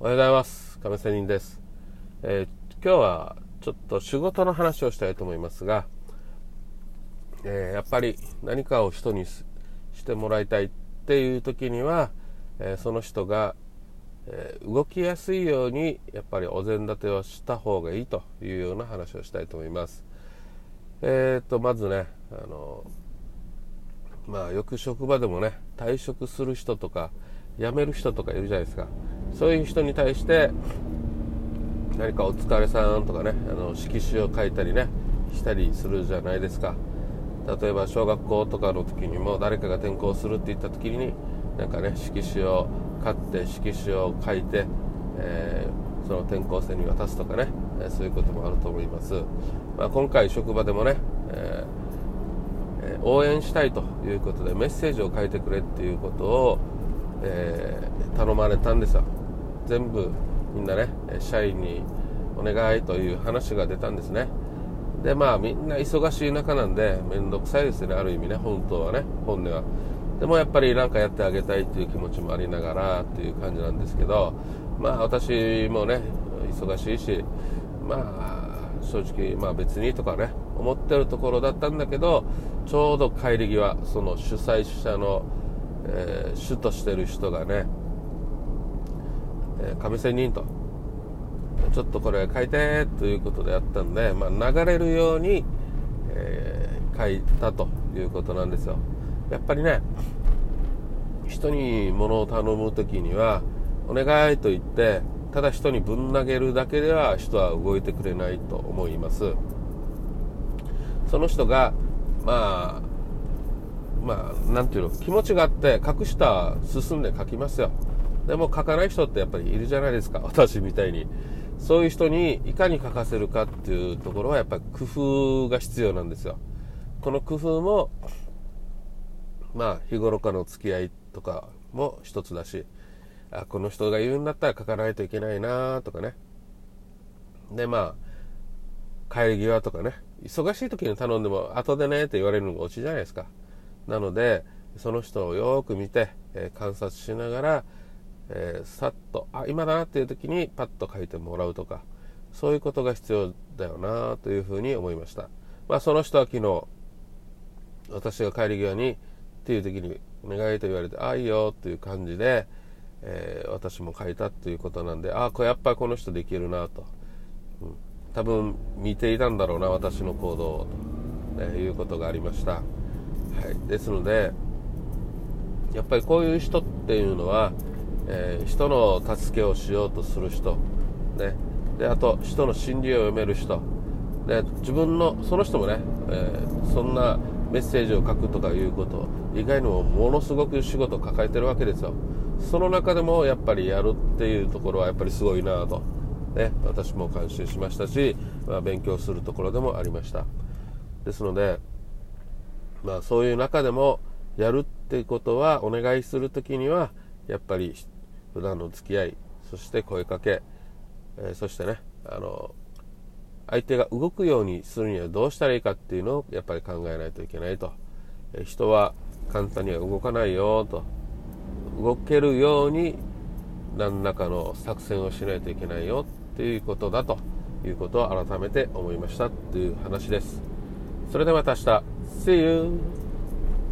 おはようございます。亀仙人です。今日はちょっと仕事の話をしたいと思いますが、やっぱり何かを人にしてもらいたいっていう時には、その人が、動きやすいようにやっぱりお膳立てをした方がいいというような話をしたいと思います。まずね、よく職場でもね、退職する人とか辞める人とかいるじゃないですか。そういう人に対して何かお疲れさんとかね、色紙を書いたりねしたりするじゃないですか。例えば小学校とかの時にも誰かが転校するって言った時になんかね色紙を買って色紙を書いて、その転校生に渡すとかね、そういうこともあると思います。今回職場でもね、応援したいということでメッセージを書いてくれっていうことを、頼まれたんですよ。全部みんなね社員にお願いという話が出たんですね。でみんな忙しい中なんでめんどくさいですね、ある意味ね、本当はね、本音は。でもやっぱり何かやってあげたいという気持ちもありながらっていう感じなんですけど、私もね忙しいし、正直別にとかね思ってるところだったんだけど、ちょうど帰り際その主催者の、主としてる人がね、亀仙人とちょっとこれ書いてということでやったんで、流れるように、書いたということなんですよ。やっぱりね、人に物を頼むときにはお願いと言ってただ人にぶん投げるだけでは人は動いてくれないと思います。その人がなんていうの、気持ちがあって書く人は進んで書きますよ。でも書かない人ってやっぱりいるじゃないですか、私みたいに。そういう人にいかに書かせるかっていうところはやっぱり工夫が必要なんですよ。この工夫も日頃からの付き合いとかも一つだし、この人が言うんだったら書かないといけないなとかね。で帰り際とかね、忙しい時に頼んでも後でねって言われるのがオチじゃないですか。なのでその人をよく見て、観察しながら、さっと今だなっていう時にパッと書いてもらうとか、そういうことが必要だよなというふうに思いました。その人は昨日私が帰り際にっていう時にお願いと言われて、いいよという感じで、私も書いたということなんで、これやっぱりこの人できるなと、多分見ていたんだろうな私の行動をと、いうことがありました。ですのでやっぱりこういう人っていうのは、人の助けをしようとする人、ね、であと人の心理を読める人で、自分のその人もね、そんなメッセージを書くとかいうこと以外にもものすごく仕事を抱えてるわけですよ。その中でもやっぱりやるっていうところはやっぱりすごいなと、私も感心しましたし、勉強するところでもありました。ですのでそういう中でもやるっていうことは、お願いするときにはやっぱり普段の付き合い、そして声かけ、そしてね相手が動くようにするにはどうしたらいいかっていうのをやっぱり考えないといけないと。人は簡単には動かないよと、動けるように何らかの作戦をしないといけないよっていうことだということを改めて思いましたという話です。それではまた明日 See you!